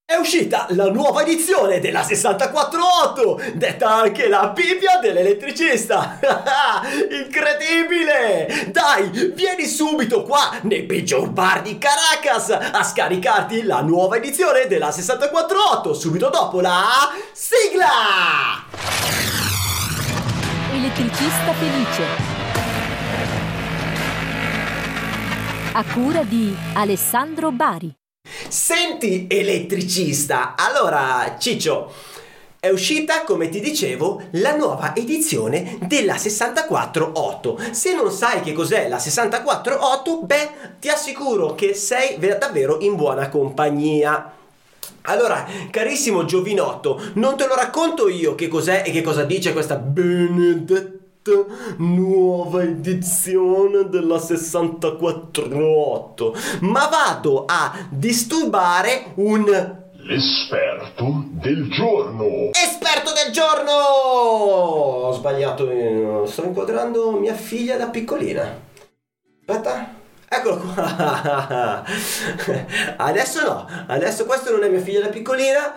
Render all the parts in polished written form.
È uscita la nuova edizione della 648, detta anche la Bibbia dell'elettricista. Incredibile! Dai, vieni subito qua nei peggior bar di Caracas a scaricarti la nuova edizione della 648 subito dopo la sigla! Elettricista felice, a cura di Alessandro Bari. Senti, elettricista, allora Ciccio, è uscita, come ti dicevo, la nuova edizione della 648. Se non sai che cos'è la 648, beh, ti assicuro che sei davvero in buona compagnia. Allora, carissimo giovinotto, non te lo racconto io che cos'è e che cosa dice questa benedetta nuova edizione della 648, ma vado a disturbare l'esperto del giorno. Esperto del giorno! Ho sbagliato, sto inquadrando mia figlia da piccolina. Aspetta. Eccolo qua. Adesso no, adesso questo non è mia figlia da piccolina.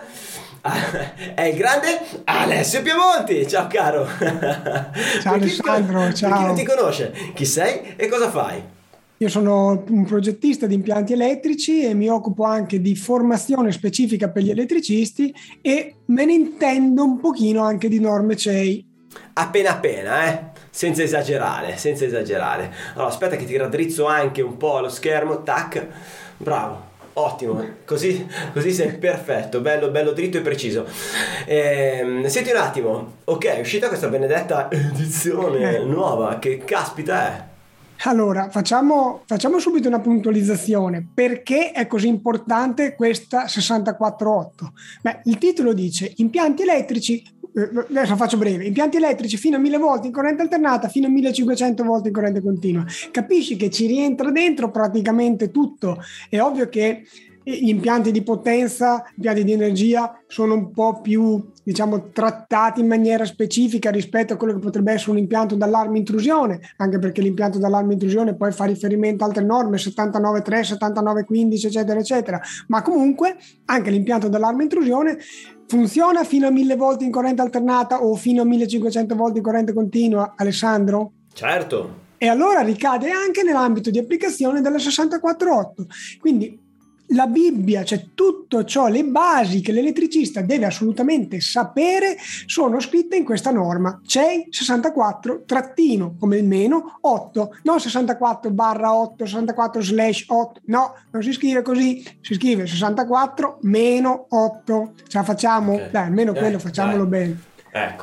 È il grande Alessio Piemonti. Ciao caro. Ciao Alessandro, ciao. Per chi non ti conosce, chi sei e cosa fai? Io sono un progettista di impianti elettrici e mi occupo anche di formazione specifica per gli elettricisti e me ne intendo un pochino anche di norme CEI. Appena, senza esagerare. Allora aspetta che ti raddrizzo anche un po' lo schermo. Tac, bravo, ottimo, così sei perfetto, bello dritto e preciso. Senti un attimo, ok, è uscita questa benedetta edizione nuova, che caspita è? Allora, facciamo subito una puntualizzazione. Perché è così importante questa 648? Beh, il titolo dice impianti elettrici, adesso faccio breve, impianti elettrici fino a 1000 volt in corrente alternata, fino a 1500 volt in corrente continua. Capisci che ci rientra dentro praticamente tutto. È ovvio che gli impianti di potenza, gli impianti di energia sono un po' più, trattati in maniera specifica rispetto a quello che potrebbe essere un impianto d'allarme intrusione, anche perché l'impianto d'allarme intrusione poi fa riferimento a altre norme, 79.3, 79.15, eccetera, eccetera. Ma comunque anche l'impianto d'allarme intrusione funziona fino a 1000 volt in corrente alternata o fino a 1500 volt in corrente continua, Alessandro? Certo. E allora ricade anche nell'ambito di applicazione della 648. Quindi la Bibbia, cioè tutto ciò, le basi che l'elettricista deve assolutamente sapere sono scritte in questa norma. CEI 64 trattino come il meno 8, non 64/8, 64/8, no, non si scrive così, si scrive 64 meno 8. Ce la facciamo? Okay. Dai, almeno quello facciamolo bene. Ecco.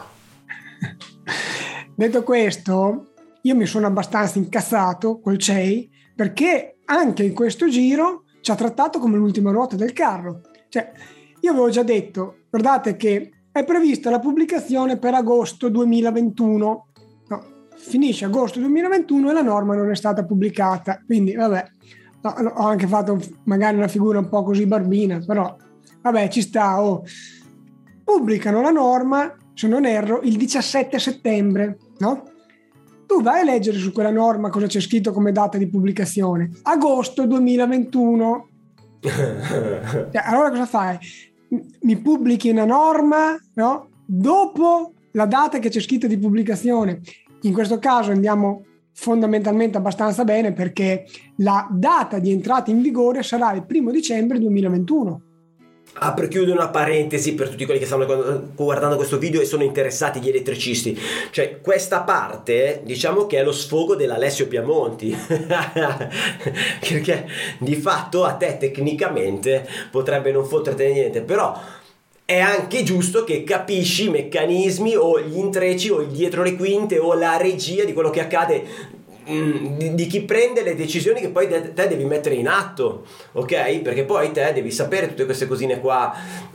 Detto questo, io mi sono abbastanza incazzato col CEI perché anche in questo giro ci ha trattato come l'ultima ruota del carro. Cioè, io avevo già detto, guardate che è prevista la pubblicazione per agosto 2021. No, finisce agosto 2021 e la norma non è stata pubblicata. Quindi, vabbè, no, ho anche fatto magari una figura un po' così barbina, però, vabbè, ci sta. Pubblicano la norma, se non erro, il 17 settembre, no? Tu vai a leggere su quella norma cosa c'è scritto come data di pubblicazione. Agosto 2021. Allora cosa fai? Mi pubblichi una norma, no? Dopo la data che c'è scritta di pubblicazione. In questo caso andiamo fondamentalmente abbastanza bene perché la data di entrata in vigore sarà il 1° dicembre 2021. Apro e chiudo una parentesi per tutti quelli che stanno guardando questo video e sono interessati, gli elettricisti. Cioè, questa parte, diciamo che è lo sfogo dell'Alessio Piemonti. Perché di fatto a te tecnicamente potrebbe non fottertene niente, però è anche giusto che capisci i meccanismi o gli intrecci o il dietro le quinte o la regia di quello che accade, di chi prende le decisioni che poi te devi mettere in atto, ok? Perché poi te devi sapere tutte queste cosine qua,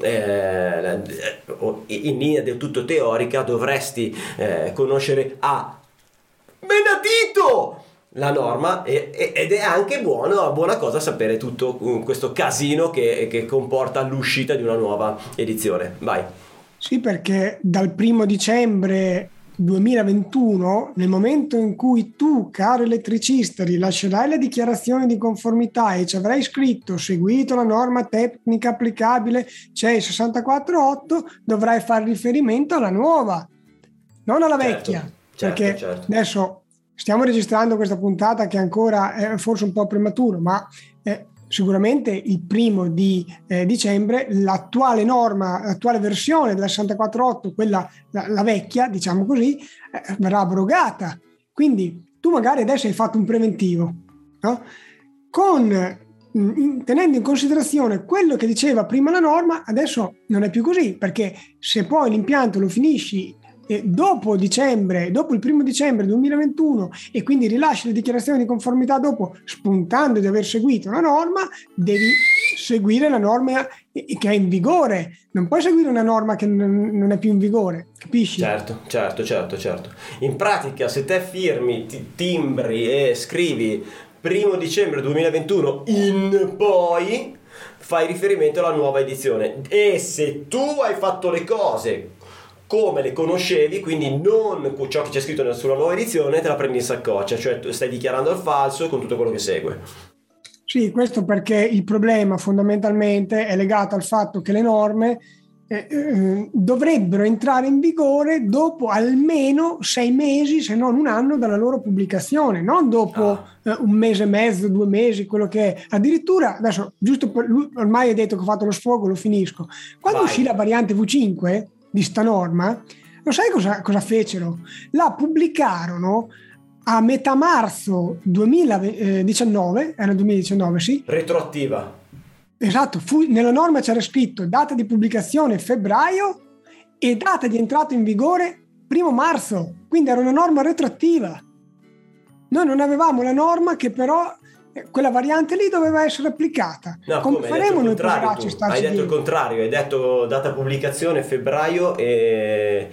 in linea del tutto teorica dovresti conoscere a menadito la norma ed è anche buona cosa sapere tutto questo casino che comporta l'uscita di una nuova edizione. Vai. Sì, perché dal 1° dicembre 2021, nel momento in cui tu, caro elettricista, rilascerai la dichiarazione di conformità e ci avrai scritto seguito la norma tecnica applicabile CEI 648, dovrai fare riferimento alla nuova, non alla vecchia. Perché adesso stiamo registrando questa puntata che ancora è forse un po' prematuro, ma sicuramente il 1 dicembre l'attuale norma, l'attuale versione della 648, quella la vecchia, diciamo così, verrà abrogata. Quindi tu magari adesso hai fatto un preventivo, no? Tenendo in considerazione quello che diceva prima la norma, adesso non è più così, perché se poi l'impianto lo finisci dopo il 1 dicembre 2021 e quindi rilasci le dichiarazioni di conformità dopo, spuntando di aver seguito la norma, devi seguire la norma che è in vigore, non puoi seguire una norma che non è più in vigore, capisci? Certo. In pratica, se te firmi, timbri e scrivi 1 dicembre 2021 in poi, fai riferimento alla nuova edizione, e se tu hai fatto le cose come le conoscevi, quindi non ciò che c'è scritto sulla nuova edizione, te la prendi in saccoccia, cioè tu stai dichiarando il falso con tutto quello che segue. Sì, questo perché il problema fondamentalmente è legato al fatto che le norme dovrebbero entrare in vigore dopo almeno 6 mesi, se non un anno dalla loro pubblicazione, non dopo un mese e mezzo, 2 mesi, quello che è. Addirittura, adesso, giusto per lui, ormai hai detto che ho fatto lo sfogo, lo finisco. Quando uscì la variante V5 di sta norma, lo sai cosa fecero? La pubblicarono a metà marzo 2019, era 2019, sì? Retroattiva. Esatto, nella norma c'era scritto data di pubblicazione febbraio e data di entrata in vigore 1 marzo, quindi era una norma retroattiva. Noi non avevamo la norma che però quella variante lì doveva essere applicata. No, come faremo noi per hai detto il contrario, hai detto data pubblicazione febbraio e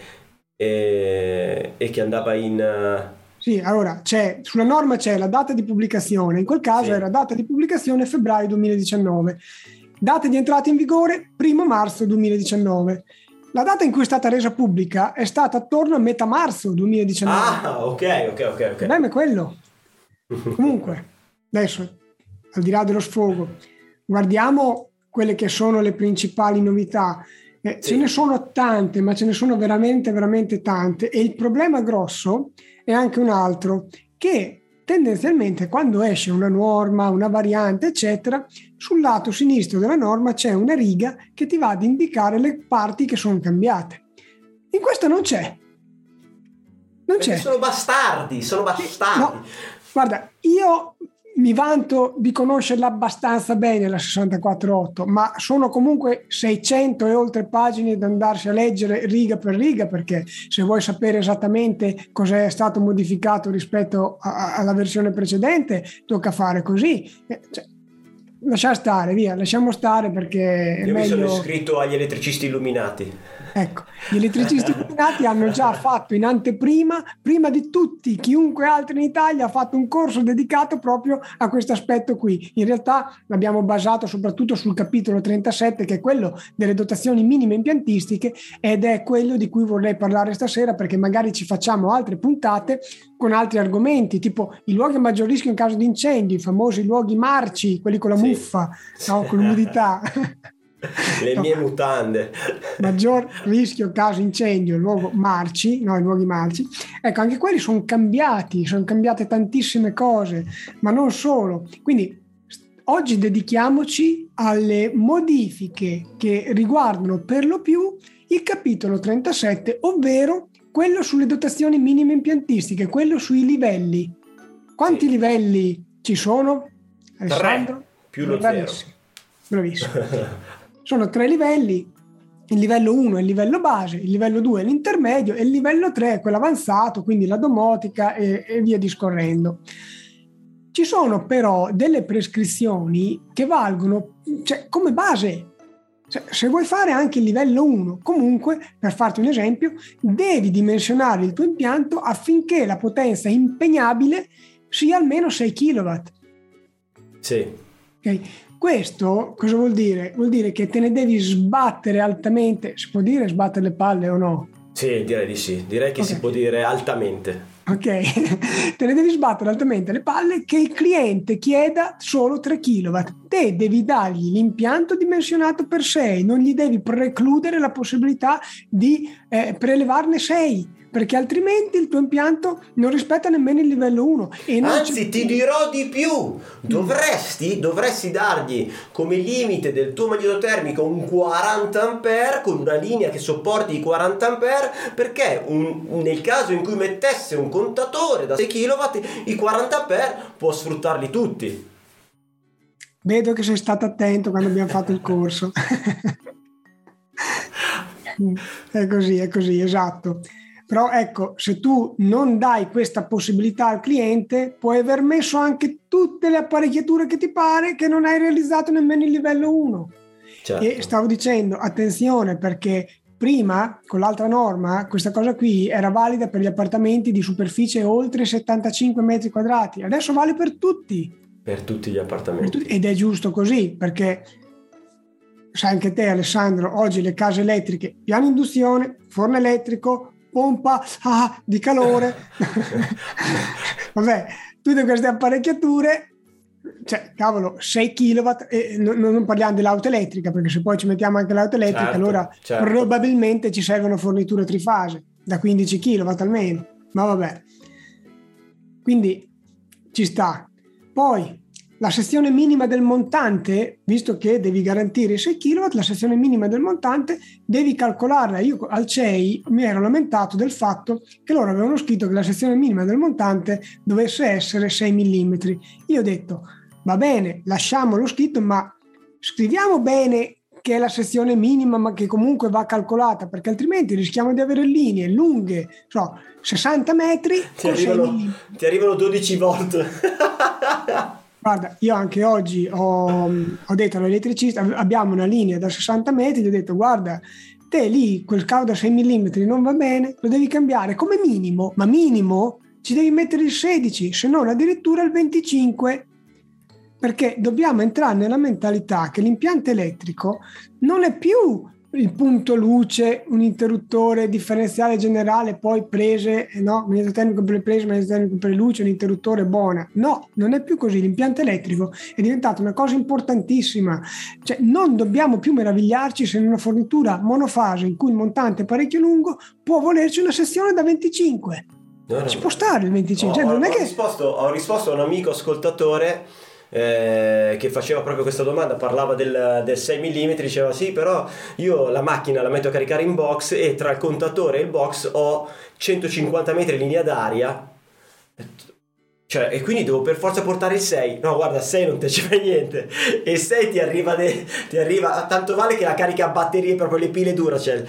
che andava in... Sì, allora sulla norma c'è la data di pubblicazione, in quel caso era data di pubblicazione febbraio 2019, data di entrata in vigore 1 marzo 2019. La data in cui è stata resa pubblica è stata attorno a metà marzo 2019. Ah, ok. Il problema è quello. Comunque, adesso, al di là dello sfogo, guardiamo quelle che sono le principali novità. Ce ne sono tante, ma ce ne sono veramente, veramente tante. E il problema grosso è anche un altro, che tendenzialmente quando esce una norma, una variante, eccetera, sul lato sinistro della norma c'è una riga che ti va ad indicare le parti che sono cambiate. In questa non c'è. Non c'è. Sono bastardi. No, guarda, io mi vanto di conoscerla abbastanza bene la 648, ma sono comunque 600 e oltre pagine da andarsi a leggere riga per riga, perché se vuoi sapere esattamente cosa è stato modificato rispetto alla versione precedente, tocca fare così. Lasciamo stare perché è Io meglio... mi sono iscritto agli elettricisti illuminati. Ecco, gli elettricisti illuminati hanno già fatto in anteprima, prima di tutti, chiunque altro in Italia ha fatto un corso dedicato proprio a questo aspetto qui. In realtà l'abbiamo basato soprattutto sul capitolo 37, che è quello delle dotazioni minime impiantistiche, ed è quello di cui vorrei parlare stasera, perché magari ci facciamo altre puntate con altri argomenti, tipo i luoghi a maggior rischio in caso di incendi, i famosi luoghi marci, quelli con la muffa, no? Con l'umidità. Le mie mutande. Maggior rischio caso incendio, luoghi marci. Ecco, anche quelli sono cambiate tantissime cose, ma non solo. Quindi oggi dedichiamoci alle modifiche che riguardano per lo più il capitolo 37, ovvero quello sulle dotazioni minime impiantistiche, quello sui livelli. Quanti livelli ci sono, Alessandro? 3 più lo 0. Bravissimo. Sono 3 livelli, il livello 1 è il livello base, il livello 2 è l'intermedio e il livello 3 è quello avanzato, quindi la domotica e via discorrendo. Ci sono però delle prescrizioni che valgono, come base. Se vuoi fare anche il livello 1, comunque, per farti un esempio, devi dimensionare il tuo impianto affinché la potenza impegnabile sia almeno 6 kW. Sì. Okay? Questo cosa vuol dire? Vuol dire che te ne devi sbattere altamente, si può dire sbattere le palle o no? Sì, direi di sì. Direi che Ok. si può dire altamente. Ok, te ne devi sbattere altamente le palle che il cliente chieda solo 3 kW. Te devi dargli l'impianto dimensionato per 6, non gli devi precludere la possibilità di prelevarne 6, perché altrimenti il tuo impianto non rispetta nemmeno il livello 1. E non Anzi, ti dirò di più. Dovresti dargli come limite del tuo magnetotermico un 40 ampere con una linea che sopporti i 40 ampere, perché nel caso in cui mettesse un contatore da 6 kW, i 40 ampere può sfruttarli tutti. Vedo che sei stato attento quando abbiamo fatto il corso. È così, esatto. Però ecco, se tu non dai questa possibilità al cliente, puoi aver messo anche tutte le apparecchiature che ti pare, che non hai realizzato nemmeno il livello 1. Certo. E stavo dicendo, attenzione, perché prima, con l'altra norma, questa cosa qui era valida per gli appartamenti di superficie oltre 75 metri quadrati. Adesso vale per tutti. Per tutti gli appartamenti. Ed è giusto così, perché sai anche te, Alessandro, oggi le case elettriche, piano induzione, forno elettrico, pompa di calore. Vabbè, tutte queste apparecchiature, cioè, cavolo, 6 kW, non parliamo dell'auto elettrica, perché se poi ci mettiamo anche l'auto elettrica, Certo, allora certo. probabilmente ci servono forniture trifase, da 15 kW almeno, ma vabbè. Quindi ci sta. Poi la sezione minima del montante, visto che devi garantire i 6 kW, la sezione minima del montante devi calcolarla. Io al CEI mi ero lamentato del fatto che loro avevano scritto che la sezione minima del montante dovesse essere 6 mm. Io ho detto, va bene, lasciamo lo scritto, ma scriviamo bene che è la sezione minima, ma che comunque va calcolata, perché altrimenti rischiamo di avere linee lunghe, 60 metri con 6 mm. Ti arrivano 12 volt. Guarda, io anche oggi ho detto all'elettricista, abbiamo una linea da 60 metri, gli ho detto, guarda, te lì quel cavo da 6 mm non va bene, lo devi cambiare come minimo, ma minimo ci devi mettere il 16, se non addirittura il 25, perché dobbiamo entrare nella mentalità che l'impianto elettrico non è più il punto luce, un interruttore differenziale generale, poi prese, no? Magnetotermico per le prese, magnetotermico per le luci, un interruttore buona. No, non è più così. L'impianto elettrico è diventato una cosa importantissima. Cioè, non dobbiamo più meravigliarci se in una fornitura monofase in cui il montante è parecchio lungo può volerci una sezione da 25. No. Ci può stare il 25. Ho risposto a un amico ascoltatore che faceva proprio questa domanda, parlava del 6 mm, diceva sì, però io la macchina la metto a caricare in box e tra il contatore e il box ho 150 metri linea d'aria, cioè, e quindi devo per forza portare il 6. No, guarda, 6 non te ci fai niente, e il 6 ti arriva tanto vale che la carica a batterie, proprio le pile Duracell.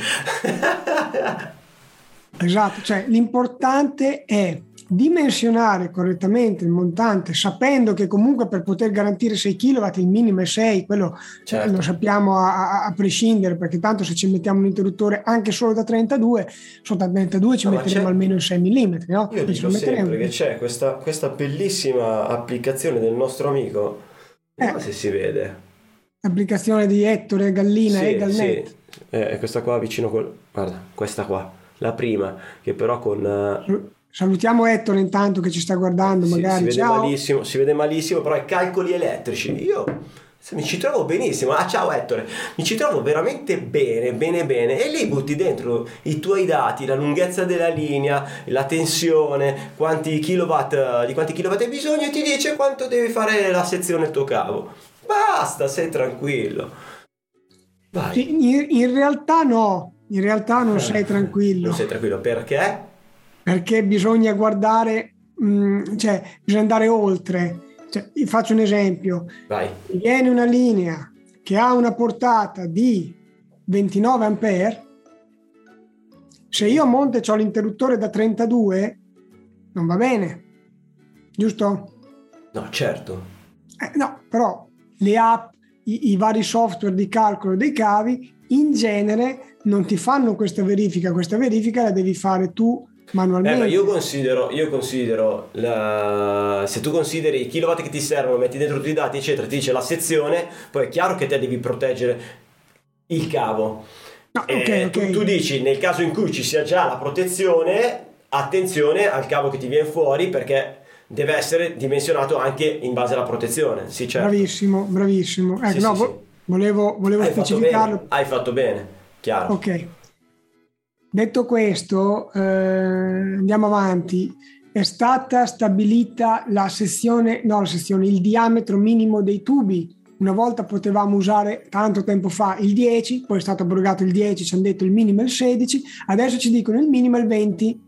Esatto, cioè l'importante è dimensionare correttamente il montante, sapendo che comunque per poter garantire 6 kW il minimo è 6, quello certo. Lo sappiamo a prescindere, perché tanto se ci mettiamo un interruttore anche solo da 32, sotto da 32 ci metteremo almeno il 6 mm, no? Io dico sempre che c'è questa bellissima applicazione del nostro amico, vediamo se si vede. L'applicazione di Ettore Gallina e Galnet. Sì. Questa qua vicino guarda, questa qua, la prima, che però con... Salutiamo Ettore intanto che ci sta guardando, magari. Si vede malissimo, però è calcoli elettrici. Io mi ci trovo benissimo. Ciao Ettore, mi ci trovo veramente bene. E lì butti dentro i tuoi dati, la lunghezza della linea, la tensione, di quanti kilowatt hai bisogno, e ti dice quanto devi fare la sezione del tuo cavo. Basta, sei tranquillo. Vai. Sì, in realtà no, non sei tranquillo. Non sei tranquillo perché? Perché bisogna guardare, cioè bisogna andare oltre. Cioè, faccio un esempio. Vai. Viene una linea che ha una portata di 29 ampere, se io a monte ho l'interruttore da 32 non va bene, giusto? No, certo. No, però le app, i vari software di calcolo dei cavi in genere non ti fanno questa verifica la devi fare tu manualmente. Ma io considero se tu consideri i kilowatt che ti servono, metti dentro tutti i dati eccetera, ti dice la sezione, poi è chiaro che te devi proteggere il cavo, No, ok. Tu dici, nel caso in cui ci sia già la protezione, attenzione al cavo che ti viene fuori, perché deve essere dimensionato anche in base alla protezione. Sì, certo. Bravissimo. Sì, No, sì. volevo specificarlo. Hai fatto bene, chiaro. Ok. Detto questo, andiamo avanti. È stata stabilita il diametro minimo dei tubi. Una volta potevamo usare, tanto tempo fa, il 10, poi è stato abrogato il 10, ci hanno detto il minimo è il 16, adesso ci dicono il minimo è il 20.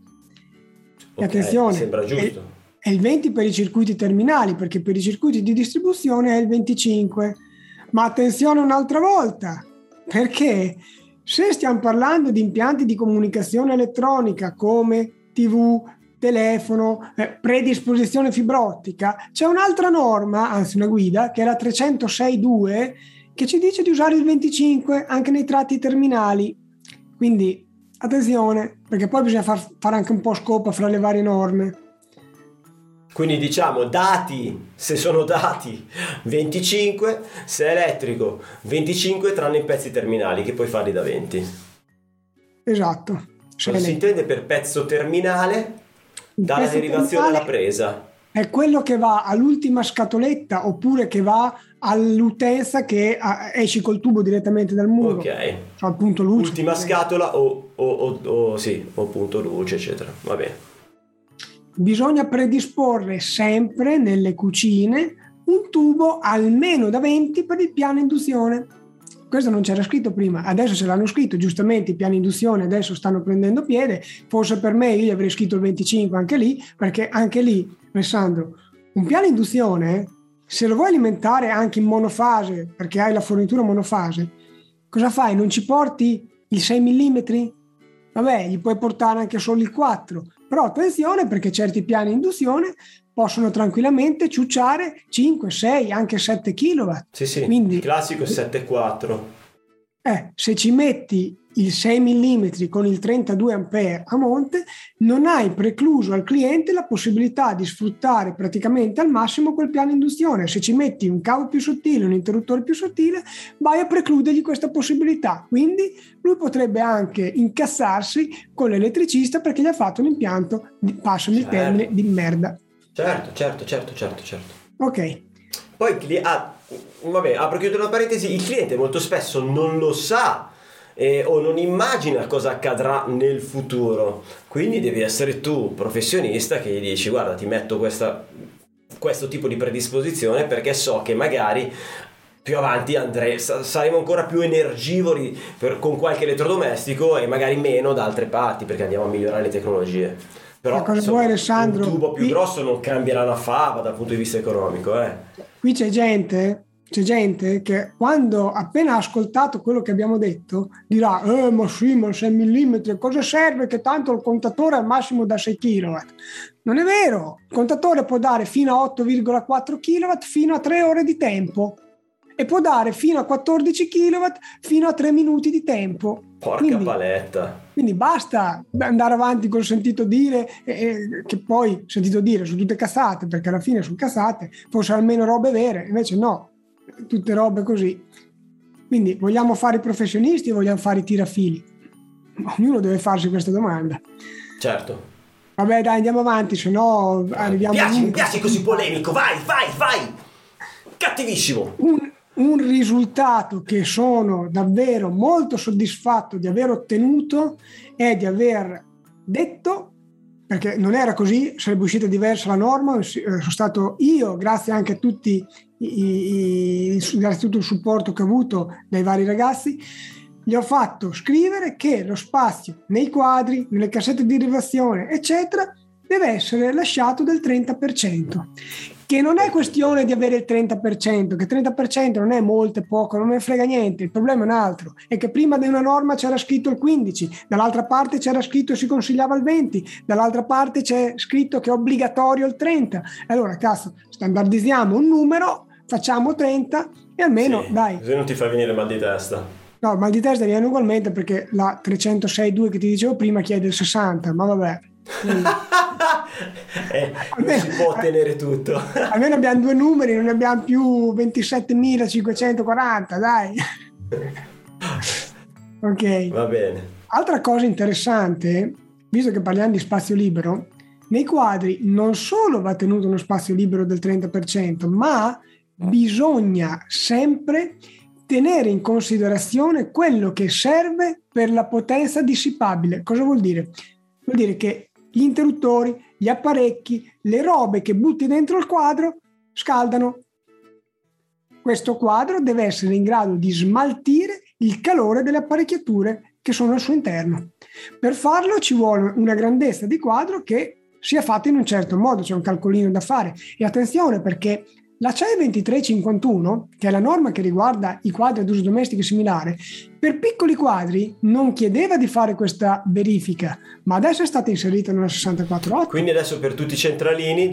E attenzione, sembra giusto. È il 20 per i circuiti terminali, perché per i circuiti di distribuzione è il 25. Ma attenzione un'altra volta, perché se stiamo parlando di impianti di comunicazione elettronica come TV, telefono, predisposizione fibra ottica, c'è un'altra norma, anzi una guida, che è la 306.2, che ci dice di usare il 25 anche nei tratti terminali. Quindi attenzione, perché poi bisogna fare anche un po' scopa fra le varie norme. Quindi diciamo dati, se sono dati 25, se è elettrico 25 tranne i pezzi terminali che puoi farli da 20. Esatto. Cosa si intende per pezzo terminale? Dalla derivazione alla presa. È quello che va all'ultima scatoletta oppure che va all'utenza che esci col tubo direttamente dal muro. Ok. Cioè al punto luce. Ultima scatola o punto luce, eccetera. Va bene. Bisogna predisporre sempre nelle cucine un tubo almeno da 20 per il piano induzione. Questo non c'era scritto prima, adesso ce l'hanno scritto, giustamente i piani induzione adesso stanno prendendo piede, forse per me io avrei scritto il 25 anche lì, perché anche lì, Alessandro, un piano induzione, se lo vuoi alimentare anche in monofase, perché hai la fornitura monofase, cosa fai? Non ci porti il 6 mm? Vabbè, gli puoi portare anche solo il 4, però attenzione perché certi piani induzione possono tranquillamente ciucciare 5, 6, anche 7 kW. Sì, quindi, il classico è 7,4. Se ci metti il 6 mm con il 32 A a monte, non hai precluso al cliente la possibilità di sfruttare praticamente al massimo quel piano induzione. Se ci metti un cavo più sottile, un interruttore più sottile, vai a precludergli questa possibilità. Quindi lui potrebbe anche incassarsi con l'elettricista perché gli ha fatto un impianto, passami il termine, di merda. Certo. Ok. Poi apro e chiudo una parentesi, il cliente molto spesso non lo sa o non immagina cosa accadrà nel futuro, quindi devi essere tu professionista che gli dici guarda ti metto questo tipo di predisposizione perché so che magari più avanti saremo ancora più energivori con qualche elettrodomestico e magari meno da altre parti perché andiamo a migliorare le tecnologie. Però vuoi, Alessandro? Un tubo più grosso non cambierà una fava dal punto di vista economico. Qui c'è gente che quando appena ha ascoltato quello che abbiamo detto dirà ma 6 mm, cosa serve che tanto il contatore al massimo da 6 kW? Non è vero, il contatore può dare fino a 8,4 kW fino a 3 ore di tempo e può dare fino a 14 kW fino a 3 minuti di tempo. Porca paletta. Quindi basta andare avanti col sentito dire, che poi sentito dire sono tutte cazzate, perché alla fine sono cazzate, fossero almeno robe vere, invece no, tutte robe così. Quindi vogliamo fare i professionisti o vogliamo fare i tirafili? Ognuno deve farsi questa domanda. Certo. Vabbè dai, andiamo avanti, se no arriviamo... Mi piace così polemico, vai! Cattivissimo! Un risultato che sono davvero molto soddisfatto di aver ottenuto è di aver detto, perché non era così, sarebbe uscita diversa la norma, sono stato io, grazie anche a tutti grazie a tutto il supporto che ho avuto dai vari ragazzi, gli ho fatto scrivere che lo spazio nei quadri, nelle cassette di derivazione, eccetera, deve essere lasciato del 30%. Che non è questione di avere il 30%, che 30% non è molto, è poco, non me ne frega niente, il problema è un altro, è che prima di una norma c'era scritto il 15%, dall'altra parte c'era scritto si consigliava il 20%, dall'altra parte c'è scritto che è obbligatorio il 30%, allora cazzo, standardizziamo un numero, facciamo 30% e almeno sì, dai. Così non ti fa venire mal di testa. No, mal di testa viene ugualmente perché la 306.2 che ti dicevo prima chiede il 60%, ma vabbè. Non si può ottenere tutto. Almeno abbiamo due numeri, non ne abbiamo più 27.540, dai. Ok. Va bene. Altra cosa interessante, visto che parliamo di spazio libero, nei quadri non solo va tenuto uno spazio libero del 30%, ma bisogna sempre tenere in considerazione quello che serve per la potenza dissipabile. Cosa vuol dire? Vuol dire che gli interruttori, gli apparecchi, le robe che butti dentro il quadro scaldano. Questo quadro deve essere in grado di smaltire il calore delle apparecchiature che sono al suo interno. Per farlo ci vuole una grandezza di quadro che sia fatta in un certo modo, c'è un calcolino da fare. E attenzione, perché la CE 2351, che è la norma che riguarda i quadri ad uso domestico e similare, per piccoli quadri non chiedeva di fare questa verifica, ma adesso è stata inserita nella 648. Quindi adesso per tutti i centralini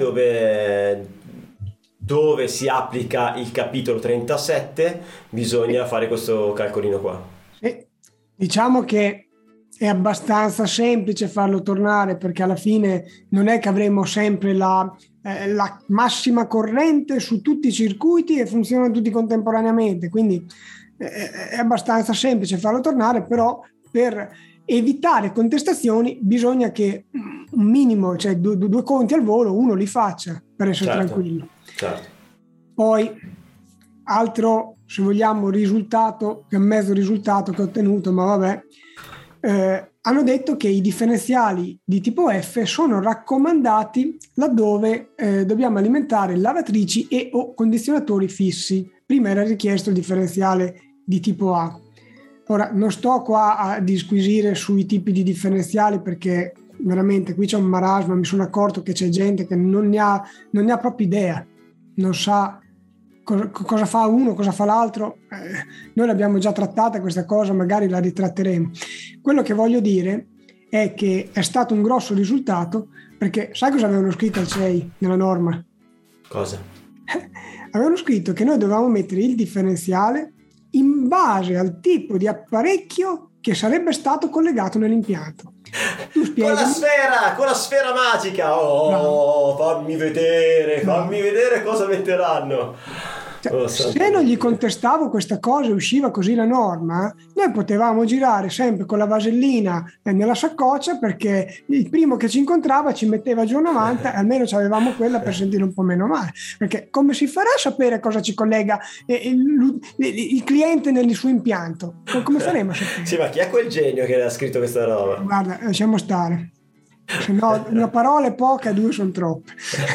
dove si applica il capitolo 37 bisogna fare questo calcolino qua. Diciamo che è abbastanza semplice farlo tornare, perché alla fine non è che avremo sempre la massima corrente su tutti i circuiti e funzionano tutti contemporaneamente, quindi è abbastanza semplice farlo tornare, però per evitare contestazioni bisogna che un minimo, cioè due conti al volo, uno li faccia per essere tranquillo. Certo. Poi altro, se vogliamo, risultato, che è mezzo risultato che ho ottenuto, ma vabbè, hanno detto che i differenziali di tipo F sono raccomandati laddove dobbiamo alimentare lavatrici e o condizionatori fissi. Prima era richiesto il differenziale di tipo A. Ora non sto qua a disquisire sui tipi di differenziali, perché veramente qui c'è un marasma. Mi sono accorto che c'è gente che non ne ha proprio idea, non sa cosa fa uno, cosa fa l'altro. Noi l'abbiamo già trattata questa cosa, magari la ritratteremo. Quello che voglio dire è che è stato un grosso risultato, perché sai cosa avevano scritto al CEI nella norma? Cosa? Avevano scritto che noi dovevamo mettere il differenziale in base al tipo di apparecchio che sarebbe stato collegato nell'impianto. Con la sfera magica. Fammi vedere cosa metteranno. Se non gli contestavo questa cosa e usciva così la norma, noi potevamo girare sempre con la vasellina nella saccoccia, perché il primo che ci incontrava ci metteva giù 90 e almeno avevamo quella per sentire un po' meno male. Perché come si farà a sapere cosa ci collega il cliente nel suo impianto? Come faremo a sapere? Sì, ma chi è quel genio che ha scritto questa roba? Guarda, lasciamo stare. Se no, una parola è poca, due sono troppe.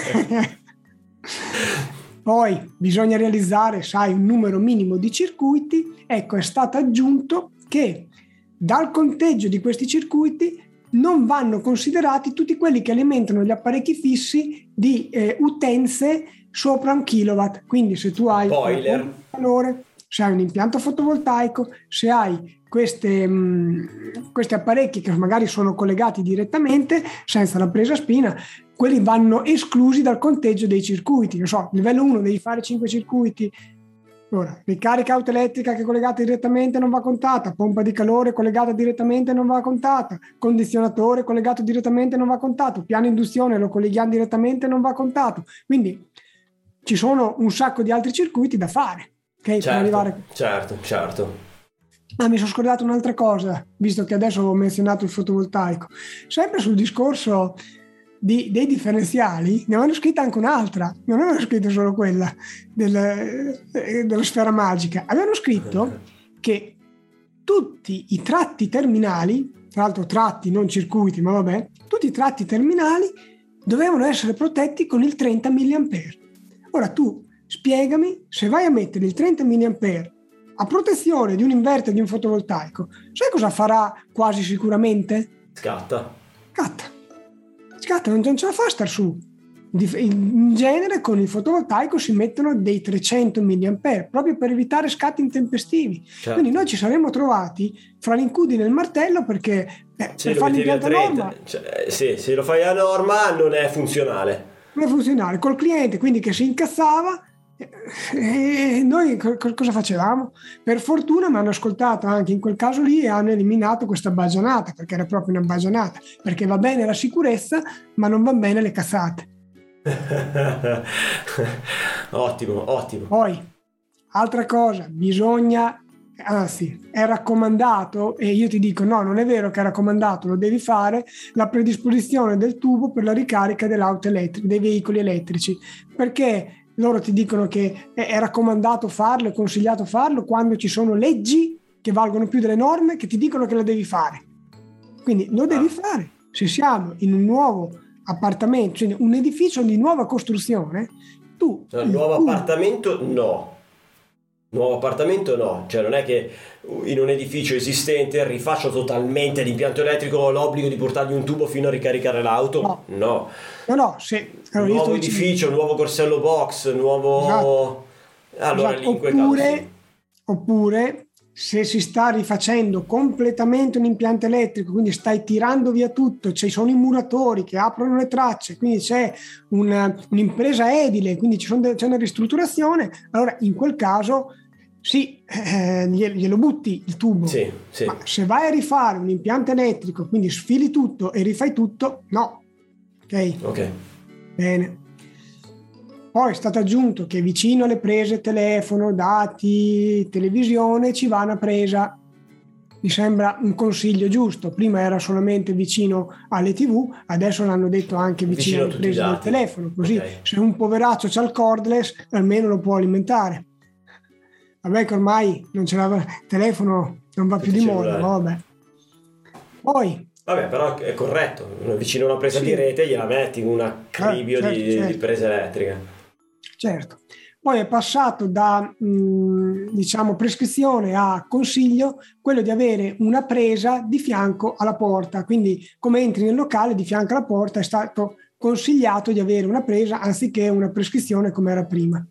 Poi bisogna realizzare, un numero minimo di circuiti. Ecco, è stato aggiunto che dal conteggio di questi circuiti non vanno considerati tutti quelli che alimentano gli apparecchi fissi di utenze sopra 1 kilowatt. Quindi se tu hai boiler, calore, se hai un impianto fotovoltaico, se hai questi apparecchi che magari sono collegati direttamente senza la presa spina, quelli vanno esclusi dal conteggio dei circuiti. Non so, livello 1 devi fare 5 circuiti. Ora, ricarica auto elettrica che è collegata direttamente non va contata, pompa di calore collegata direttamente non va contata, condizionatore collegato direttamente non va contato, piano induzione lo colleghiamo direttamente non va contato. Quindi ci sono un sacco di altri circuiti da fare. Okay, certo, per arrivare... certo. Mi sono scordato un'altra cosa, visto che adesso ho menzionato il fotovoltaico. Sempre sul discorso dei differenziali, ne avevano scritta anche un'altra, non avevano scritto solo quella della sfera magica. Avevano scritto che tutti i tratti terminali, tra l'altro tratti, non circuiti, ma vabbè, tutti i tratti terminali dovevano essere protetti con il 30 mA. Ora tu spiegami, se vai a mettere il 30 mA a protezione di un inverter di un fotovoltaico, sai cosa farà quasi sicuramente? Scatta, non ce la fa star su. In genere con il fotovoltaico si mettono dei 300 mA proprio per evitare scatti intempestivi. Certo. Quindi noi ci saremmo trovati fra l'incudine e il martello, perché per fare l'impianto a norma, se lo fai a norma non è funzionale. Non è funzionale col cliente, quindi che si incazzava. E noi cosa facevamo? Per fortuna mi hanno ascoltato anche in quel caso lì e hanno eliminato questa baggianata, perché era proprio una baggianata, perché va bene la sicurezza ma non va bene le cazzate. Ottimo. Poi altra cosa, bisogna anzi è raccomandato, e io ti dico no, non è vero che è raccomandato, lo devi fare, la predisposizione del tubo per la ricarica dell'auto elettrica, dei veicoli elettrici, perché loro ti dicono che è raccomandato farlo, è consigliato farlo quando ci sono leggi che valgono più delle norme che ti dicono che lo devi fare. Quindi lo devi fare. Se siamo in un nuovo appartamento, cioè un edificio di nuova costruzione, tu... Nuovo appartamento no. Nuovo appartamento no, cioè non è che in un edificio esistente rifaccio totalmente l'impianto elettrico, ho l'obbligo di portargli un tubo fino a ricaricare l'auto. No. Nuovo edificio, nuovo corsello box, nuovo... Esatto. Allora esatto. lì in quel caso sì. Oppure se si sta rifacendo completamente un impianto elettrico, quindi stai tirando via tutto, ci sono i muratori che aprono le tracce, quindi c'è un'impresa edile, quindi c'è una ristrutturazione, allora in quel caso sì, glielo butti il tubo. Sì. Ma se vai a rifare un impianto elettrico, quindi sfili tutto e rifai tutto, no. Ok. Bene. Poi è stato aggiunto che vicino alle prese telefono, dati, televisione ci va una presa. Mi sembra un consiglio giusto. Prima era solamente vicino alle TV, adesso l'hanno detto anche vicino alle prese del telefono. Così se un poveraccio c'ha il cordless, almeno lo può alimentare. Vabbè che ormai non ce l'ha, il telefono non va più di moda. Vabbè. Poi... Vabbè, però è corretto. Vicino a una presa di rete gliela metti un accribio di presa elettrica. Certo. Poi è passato da prescrizione a consiglio quello di avere una presa di fianco alla porta, quindi come entri nel locale di fianco alla porta è stato consigliato di avere una presa anziché una prescrizione come era prima.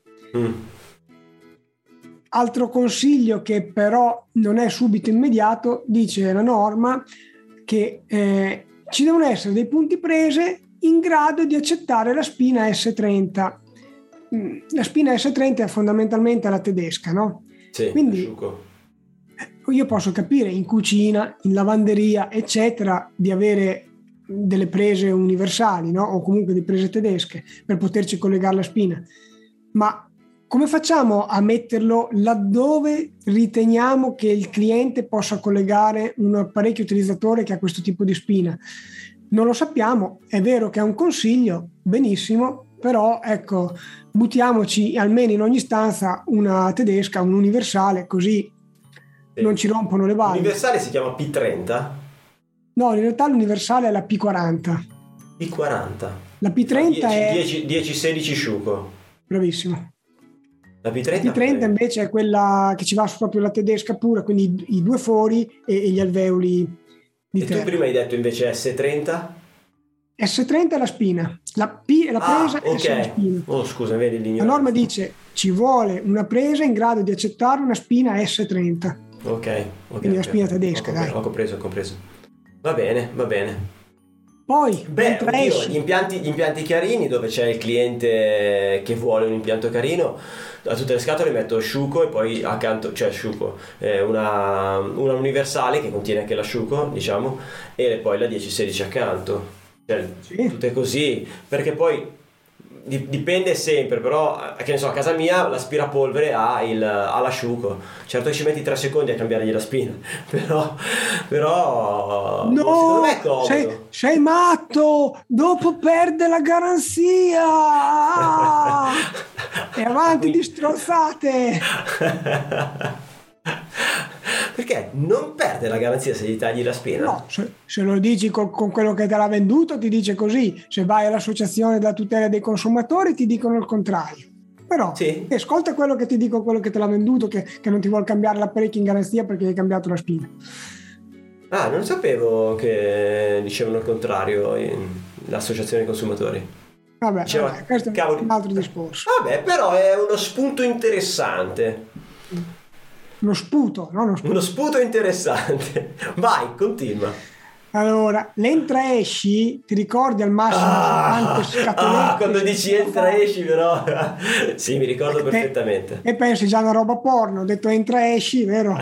Altro consiglio che però non è subito immediato, dice la norma che ci devono essere dei punti prese in grado di accettare la spina S30. La spina S30 è fondamentalmente la tedesca, no? Sì, quindi io posso capire in cucina, in lavanderia, eccetera, di avere delle prese universali, no? O comunque di prese tedesche per poterci collegare la spina. Ma come facciamo a metterlo laddove riteniamo che il cliente possa collegare un apparecchio utilizzatore che ha questo tipo di spina? Non lo sappiamo, è vero che è un consiglio, benissimo, però ecco, buttiamoci almeno in ogni stanza una tedesca, un universale, così non ci rompono le balle. L'universale si chiama P30? No, in realtà l'universale è la P40. P40? La P30 è... 10-16 sciuco. Bravissimo. La P30, P30 invece è quella che ci va proprio la tedesca pura, quindi i due fori e gli alveoli di terra. Tu prima hai detto invece S30? S30 è la spina, la P è la presa e S è la spina. Oh scusa, vedi l'ignoranza. La norma dice ci vuole una presa in grado di accettare una spina S30. Ok. Quindi la spina tedesca, dai. Ho compreso. Va bene. Poi gli impianti carini, dove c'è il cliente che vuole un impianto carino, a tutte le scatole metto asciugo e poi accanto, cioè asciugo, una universale che contiene anche l'asciugo, diciamo, e poi la 10-16 accanto. Cioè, tutte così, perché poi dipende sempre, però che ne so, a casa mia l'aspirapolvere ha l'asciugo, certo che ci metti 3 secondi a cambiargli la spina, però no, secondo me è comodo. Sei matto, dopo perde la garanzia. E avanti di strozzate. Perché non perde la garanzia se gli tagli la spina? No, se lo dici con quello che te l'ha venduto ti dice così, se vai all'associazione della tutela dei consumatori ti dicono il contrario. Però ascolta quello che ti dico, quello che te l'ha venduto, che non ti vuole cambiare l'apparecchio in garanzia perché gli hai cambiato la spina. Ah, non sapevo che dicevano il contrario l'associazione dei consumatori. Vabbè, questo è un altro discorso. Vabbè, però è uno spunto interessante. Uno sputo, no? Uno sputo interessante. Vai, continua. Allora, l'entra-esci, ti ricordi al massimo quante scatolette? Quando dici entra-esci però... Sì, mi ricordo perfettamente. E pensi già a una roba porno, ho detto entra-esci, vero?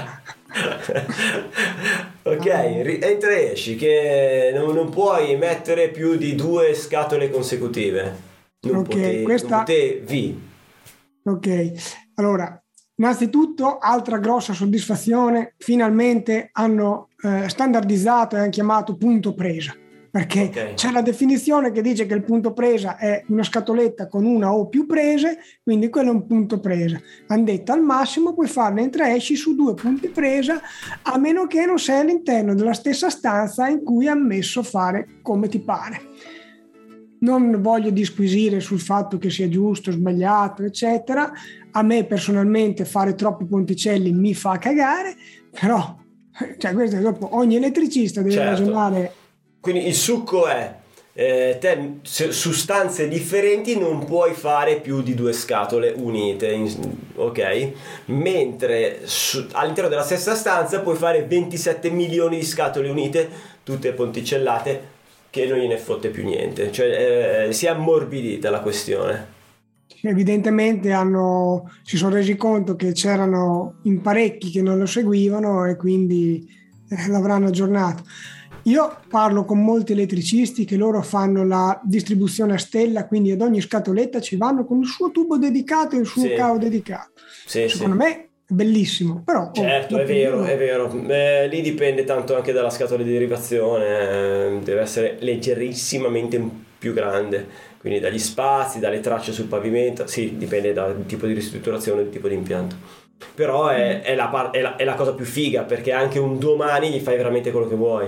Ok, entra-esci, che non puoi mettere più di 2 scatole consecutive. Non potevi. Ok, allora... Innanzitutto, altra grossa soddisfazione, finalmente hanno standardizzato e hanno chiamato punto presa, perché c'è la definizione che dice che il punto presa è una scatoletta con una o più prese, quindi quello è un punto presa. Hanno detto al massimo puoi farne entra esci su 2 punti presa, a meno che non sei all'interno della stessa stanza in cui è ammesso fare come ti pare. Non voglio disquisire sul fatto che sia giusto, sbagliato, eccetera. A me personalmente fare troppi ponticelli mi fa cagare, però questo dopo ogni elettricista deve ragionare. Quindi il succo è te su stanze differenti non puoi fare più di 2 scatole unite, ok? Mentre all'interno della stessa stanza puoi fare 27 milioni di scatole unite, tutte ponticellate, che non gliene fotte più niente, si è ammorbidita la questione. Evidentemente si sono resi conto che c'erano in parecchi che non lo seguivano e quindi l'avranno aggiornato. Io parlo con molti elettricisti che loro fanno la distribuzione a stella, quindi ad ogni scatoletta ci vanno con il suo tubo dedicato e il suo cavo dedicato. Secondo me bellissimo, però certo, è vero. Lì dipende tanto anche dalla scatola di derivazione, deve essere leggerissimamente più grande, quindi dagli spazi, dalle tracce sul pavimento, sì, dipende dal tipo di ristrutturazione, dal tipo di impianto, però è la cosa più figa, perché anche un domani gli fai veramente quello che vuoi.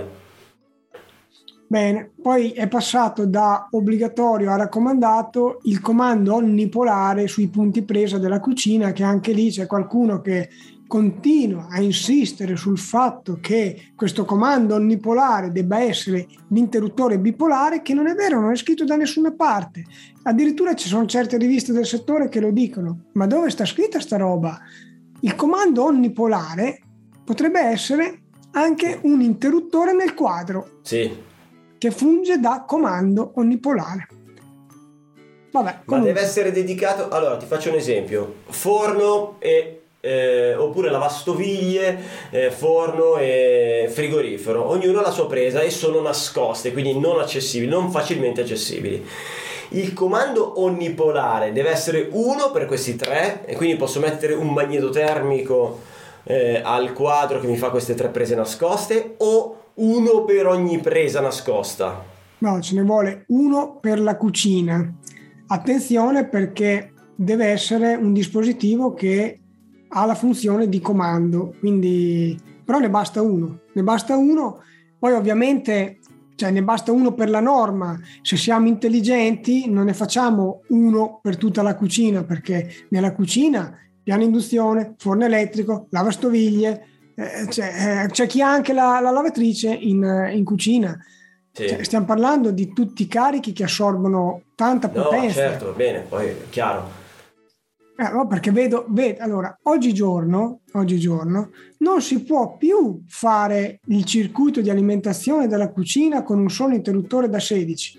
Bene, poi è passato da obbligatorio a raccomandato il comando onnipolare sui punti presa della cucina, che anche lì c'è qualcuno che continua a insistere sul fatto che questo comando onnipolare debba essere l'interruttore bipolare, che non è vero, non è scritto da nessuna parte. Addirittura ci sono certe riviste del settore che lo dicono. Ma dove sta scritta sta roba? Il comando onnipolare potrebbe essere anche un interruttore nel quadro. Sì. Che funge da comando onnipolare. Vabbè, ma deve essere dedicato. Allora ti faccio un esempio: forno oppure lavastoviglie, forno e frigorifero, ognuno ha la sua presa e sono nascoste, quindi non accessibili, non facilmente accessibili. Il comando onnipolare deve essere uno per questi 3, e quindi posso mettere un magnetotermico al quadro che mi fa queste 3 prese nascoste, o uno per ogni presa nascosta? No, ce ne vuole uno per la cucina. Attenzione, perché deve essere un dispositivo che ha la funzione di comando, quindi però ne basta uno. Poi ovviamente ne basta uno per la norma. Se siamo intelligenti non ne facciamo uno per tutta la cucina, perché nella cucina piano induzione, forno elettrico, lavastoviglie, c'è chi ha anche la lavatrice in cucina. Sì. Stiamo parlando di tutti i carichi che assorbono tanta potenza. No, certo, bene, poi è chiaro. No, perché vedo, allora, oggigiorno non si può più fare il circuito di alimentazione della cucina con un solo interruttore da 16.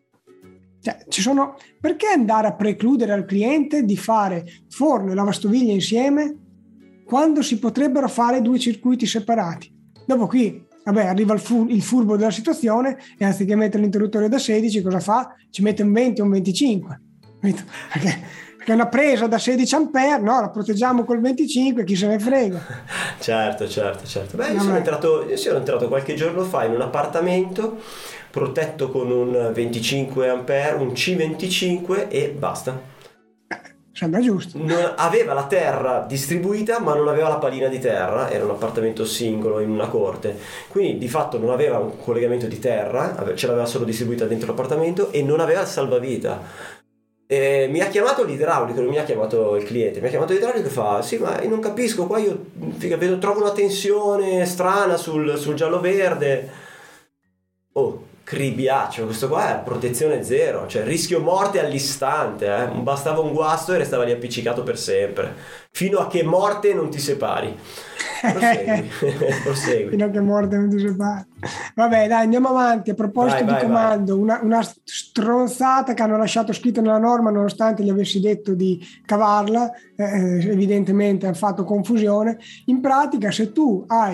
Perché andare a precludere al cliente di fare forno e lavastoviglie insieme quando si potrebbero fare 2 circuiti separati? Dopo qui, arriva il furbo della situazione e anziché mettere l'interruttore da 16, cosa fa? Ci mette un 20 o un 25. Perché una presa da 16 ampere, no, la proteggiamo col 25, chi se ne frega. Certo. Beh, io sono entrato qualche giorno fa in un appartamento protetto con un 25 ampere, un C25 e basta. Sembra giusto. Aveva la terra distribuita, ma non aveva la palina di terra, era un appartamento singolo in una corte, quindi di fatto non aveva un collegamento di terra, ce l'aveva solo distribuita dentro l'appartamento e non aveva il salvavita. Mi ha chiamato l'idraulico, non mi ha chiamato il cliente, mi ha chiamato l'idraulico e fa: sì, ma io non capisco, qua io trovo una tensione strana sul giallo-verde. Oh, cribiaccio, questo qua è protezione zero, cioè rischio morte all'istante, bastava un guasto e restava lì appiccicato per sempre, fino a che morte non ti separi. Prosegui. Fino a che morte non ti separi. Vabbè, dai, andiamo avanti. A proposito di comando, una stronzata che hanno lasciato scritto nella norma nonostante gli avessi detto di cavarla, evidentemente hanno fatto confusione. In pratica, se tu hai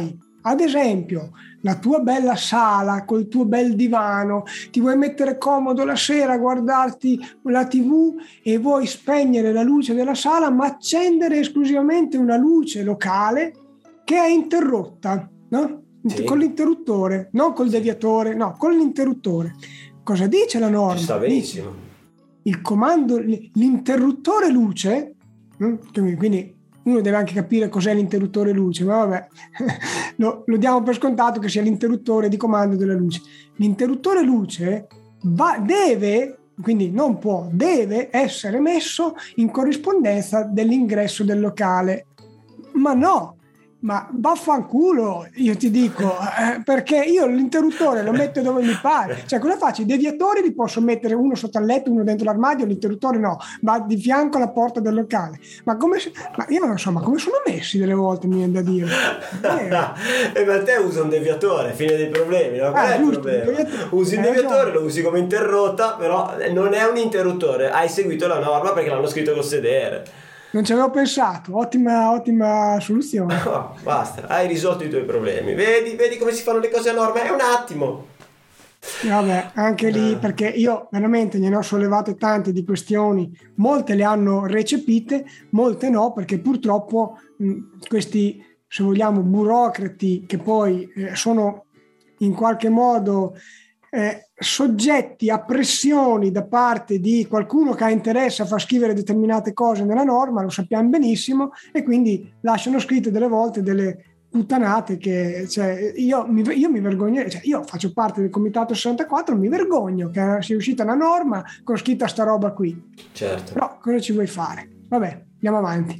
ad esempio, la tua bella sala col tuo bel divano, ti vuoi mettere comodo la sera a guardarti la TV e vuoi spegnere la luce della sala, ma accendere esclusivamente una luce locale che è interrotta, no? Sì. Con l'interruttore, non col deviatore, no, con l'interruttore. Cosa dice la norma? Ci sta benissimo. Il comando, l'interruttore luce, quindi uno deve anche capire cos'è l'interruttore luce, ma vabbè, lo diamo per scontato che sia l'interruttore di comando della luce. L'interruttore luce deve, quindi non può, deve essere messo in corrispondenza dell'ingresso del locale. Ma no! Ma vaffanculo, io ti dico, perché io l'interruttore lo metto dove mi pare. Cioè, cosa faccio? I deviatori li posso mettere uno sotto al letto, uno dentro l'armadio, l'interruttore no, va di fianco alla porta del locale. Ma io non so, ma come sono messi delle volte, mi viene da dire. E per te usa un deviatore, fine dei problemi, no? Qual è il problema? Usi il deviatore, lo usi come interrotta, però non è un interruttore, hai seguito la norma perché l'hanno scritto col sedere. Non ci avevo pensato, ottima soluzione. Oh, basta, hai risolto i tuoi problemi. Vedi come si fanno le cose a norma? È un attimo. Vabbè, anche lì, perché io veramente ne ho sollevate tante di questioni, molte le hanno recepite, molte no, perché purtroppo questi, se vogliamo, burocrati che poi sono in qualche modo soggetti a pressioni da parte di qualcuno che ha interesse a far scrivere determinate cose nella norma, lo sappiamo benissimo, e quindi lasciano scritte delle volte delle puttanate che, cioè, io mi vergogno, cioè, io faccio parte del comitato 64, mi vergogno che sia uscita una norma con scritta sta roba qui. Certo. Però cosa ci vuoi fare? Vabbè, andiamo avanti.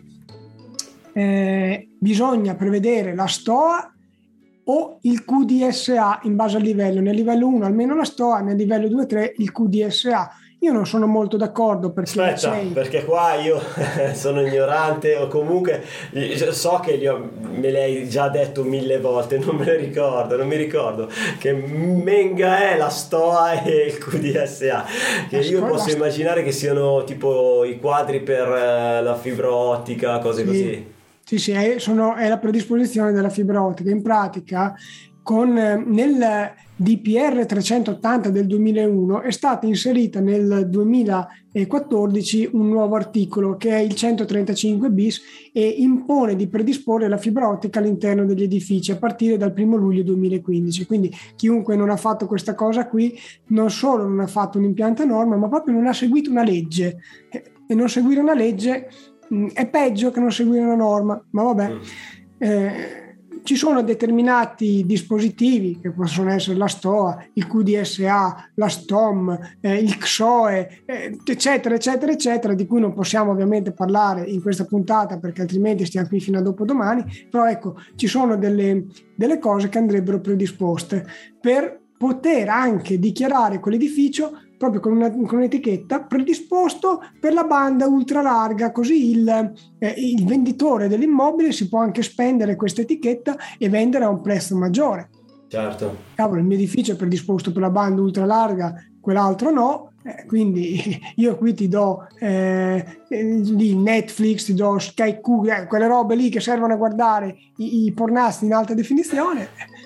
Bisogna prevedere la STOA o il QDSA in base al livello. Nel livello 1 almeno la STOA, nel livello 2 e 3 il QDSA. Io non sono molto d'accordo perché aspetta, perché qua io sono ignorante, o comunque so che me l'hai già detto 1000 volte, non mi ricordo che menga è la STOA e il QDSA, che io posso immaginare che siano tipo i quadri per la fibra ottica, cose così. Sì, è la predisposizione della fibra ottica. In pratica, nel DPR 380 del 2001 è stata inserita nel 2014 un nuovo articolo che è il 135 bis e impone di predisporre la fibra ottica all'interno degli edifici a partire dal 1 luglio 2015. Quindi chiunque non ha fatto questa cosa qui non solo non ha fatto un impianto a norma, ma proprio non ha seguito una legge. E non seguire una legge è peggio che non seguire una norma, ma vabbè. Ci sono determinati dispositivi che possono essere la STOA, il QDSA, la STOM, il XOE, eccetera, eccetera, eccetera, di cui non possiamo ovviamente parlare in questa puntata perché altrimenti stiamo qui fino a dopodomani, però ecco, ci sono delle cose che andrebbero predisposte per poter anche dichiarare quell'edificio proprio con un'etichetta predisposto per la banda ultralarga, così il venditore dell'immobile si può anche spendere questa etichetta e vendere a un prezzo maggiore. Certo. Cavolo, il mio edificio è predisposto per la banda ultralarga, quell'altro no, quindi io qui ti do il Netflix, ti do Sky Q, quelle robe lì che servono a guardare i pornasti in alta definizione.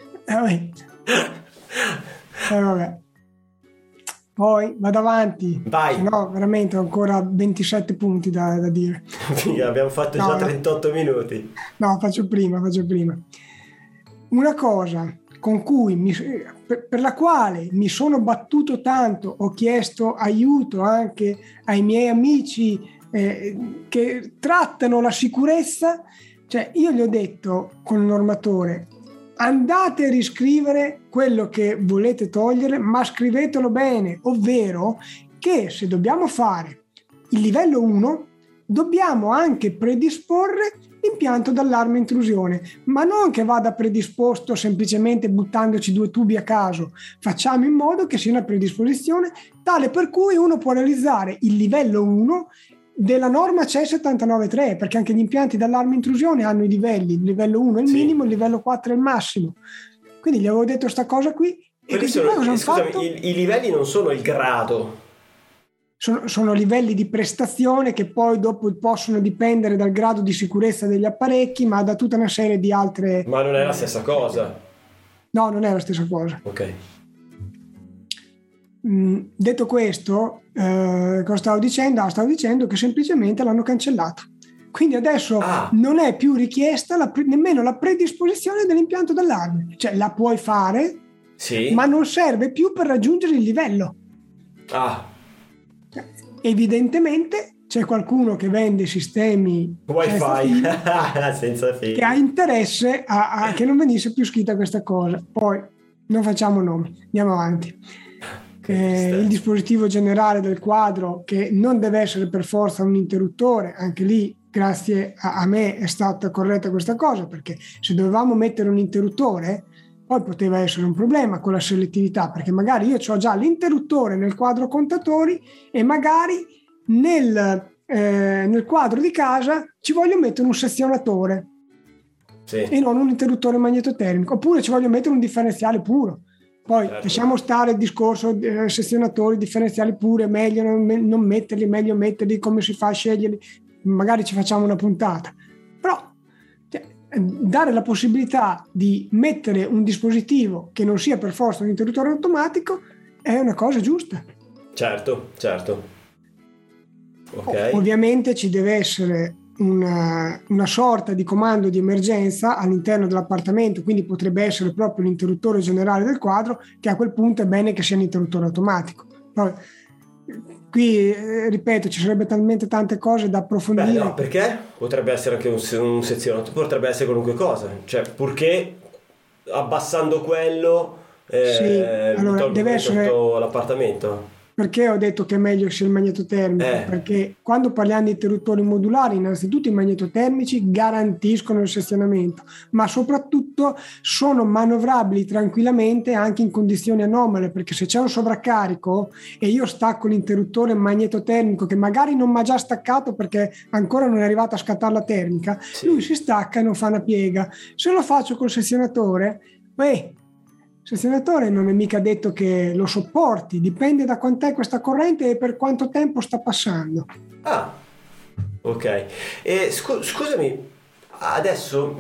Vabbè. Poi vado avanti. Vai. No, veramente ho ancora 27 punti da dire. Abbiamo fatto già 38 minuti. No, faccio prima. Una cosa con cui per la quale mi sono battuto tanto, ho chiesto aiuto anche ai miei amici che trattano la sicurezza, cioè io gli ho detto con il normatore: andate a riscrivere quello che volete togliere, ma scrivetelo bene, ovvero che se dobbiamo fare il livello 1 dobbiamo anche predisporre l'impianto d'allarme intrusione, ma non che vada predisposto semplicemente buttandoci 2 tubi a caso. Facciamo in modo che sia una predisposizione tale per cui uno può realizzare il livello 1 della norma CE 79.3, perché anche gli impianti d'allarme intrusione hanno i livelli, il livello 1 è il minimo, il livello 4 è il massimo. Quindi gli avevo detto sta cosa qui. E scusami, i livelli non sono il grado. sono livelli di prestazione che poi dopo possono dipendere dal grado di sicurezza degli apparecchi, ma da tutta una serie di altre... Ma non è la stessa cosa? No, non è la stessa cosa. Ok. Detto questo, cosa stavo dicendo? Stavo dicendo che semplicemente l'hanno cancellato. Quindi adesso non è più richiesta nemmeno la predisposizione dell'impianto d'allarme. Cioè la puoi fare, sì, ma non serve più per raggiungere il livello. Evidentemente c'è qualcuno che vende sistemi wifi senza fili, che ha interesse a che non venisse più scritta questa cosa. Poi non facciamo nomi, andiamo avanti. Il dispositivo generale del quadro, che non deve essere per forza un interruttore, anche lì grazie a me è stata corretta questa cosa, perché se dovevamo mettere un interruttore poi poteva essere un problema con la selettività, perché magari io ho già l'interruttore nel quadro contatori e magari nel quadro di casa ci voglio mettere un sezionatore, sì, e non un interruttore magnetotermico, oppure ci voglio mettere un differenziale puro. Poi lasciamo stare il discorso sezionatori, differenziali pure, meglio non metterli, meglio metterli, come si fa a sceglierli, magari ci facciamo una puntata. Però dare la possibilità di mettere un dispositivo che non sia per forza un interruttore automatico è una cosa giusta. Certo. Okay. Ovviamente ci deve essere una sorta di comando di emergenza all'interno dell'appartamento, quindi potrebbe essere proprio l'interruttore generale del quadro, che a quel punto è bene che sia un interruttore automatico. Poi, qui ripeto, ci sarebbe talmente tante cose da approfondire. Beh, no, perché potrebbe essere anche un sezionatore, potrebbe essere qualunque cosa, cioè purché abbassando quello sì, allora deve essere l'appartamento. Perché ho detto che è meglio sia il magnetotermico? Perché quando parliamo di interruttori modulari, innanzitutto i magnetotermici garantiscono il sezionamento, ma soprattutto sono manovrabili tranquillamente anche in condizioni anomale, perché se c'è un sovraccarico e io stacco l'interruttore magnetotermico, che magari non mi ha già staccato perché ancora non è arrivato a scattare la termica, sì, lui si stacca e non fa una piega. Se lo faccio col sezionatore, il sezionatore non è mica detto che lo sopporti, dipende da quant'è questa corrente e per quanto tempo sta passando. Ok. E scusami, adesso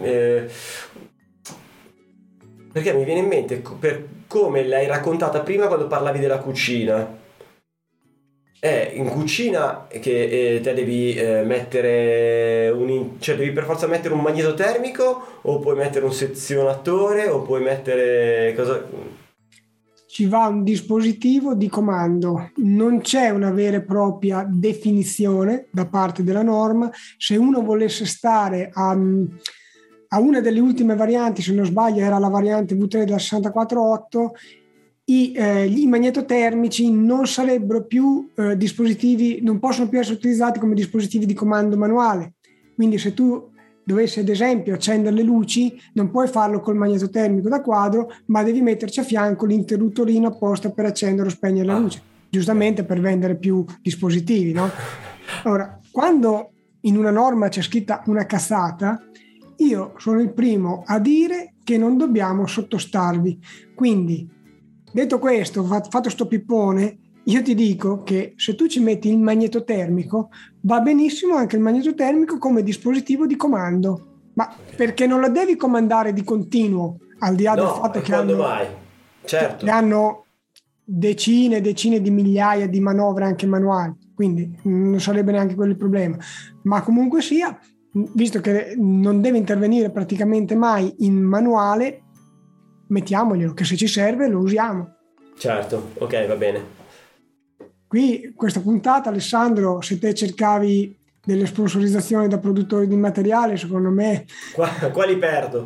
perché mi viene in mente per come l'hai raccontata prima quando parlavi della cucina. In cucina che te devi mettere cioè devi per forza mettere un magnetotermico, o puoi mettere un sezionatore, o puoi mettere cosa? Ci va un dispositivo di comando, non c'è una vera e propria definizione da parte della norma. Se uno volesse stare a una delle ultime varianti, se non sbaglio era la variante V3 della 64.8, i magnetotermici non sarebbero più dispositivi, non possono più essere utilizzati come dispositivi di comando manuale. Quindi se tu dovessi ad esempio accendere le luci, non puoi farlo col magnetotermico da quadro, ma devi metterci a fianco l'interruttorino apposta per accendere o spegnere la luce, giustamente per vendere più dispositivi, no? Ora, quando in una norma c'è scritta una cazzata, io sono il primo a dire che non dobbiamo sottostarvi. Quindi, detto questo, fatto sto pippone, io ti dico che se tu ci metti il magnetotermico, va benissimo anche il magnetotermico come dispositivo di comando, ma perché non lo devi comandare di continuo, al di là del fatto che hanno decine e decine di migliaia di manovre anche manuali, quindi non sarebbe neanche quello il problema. Ma comunque sia, visto che non deve intervenire praticamente mai in manuale, mettiamoglielo, che se ci serve lo usiamo. Certo, ok, va bene. Qui questa puntata, Alessandro, se te cercavi delle sponsorizzazioni da produttori di materiale, secondo me quali perdo?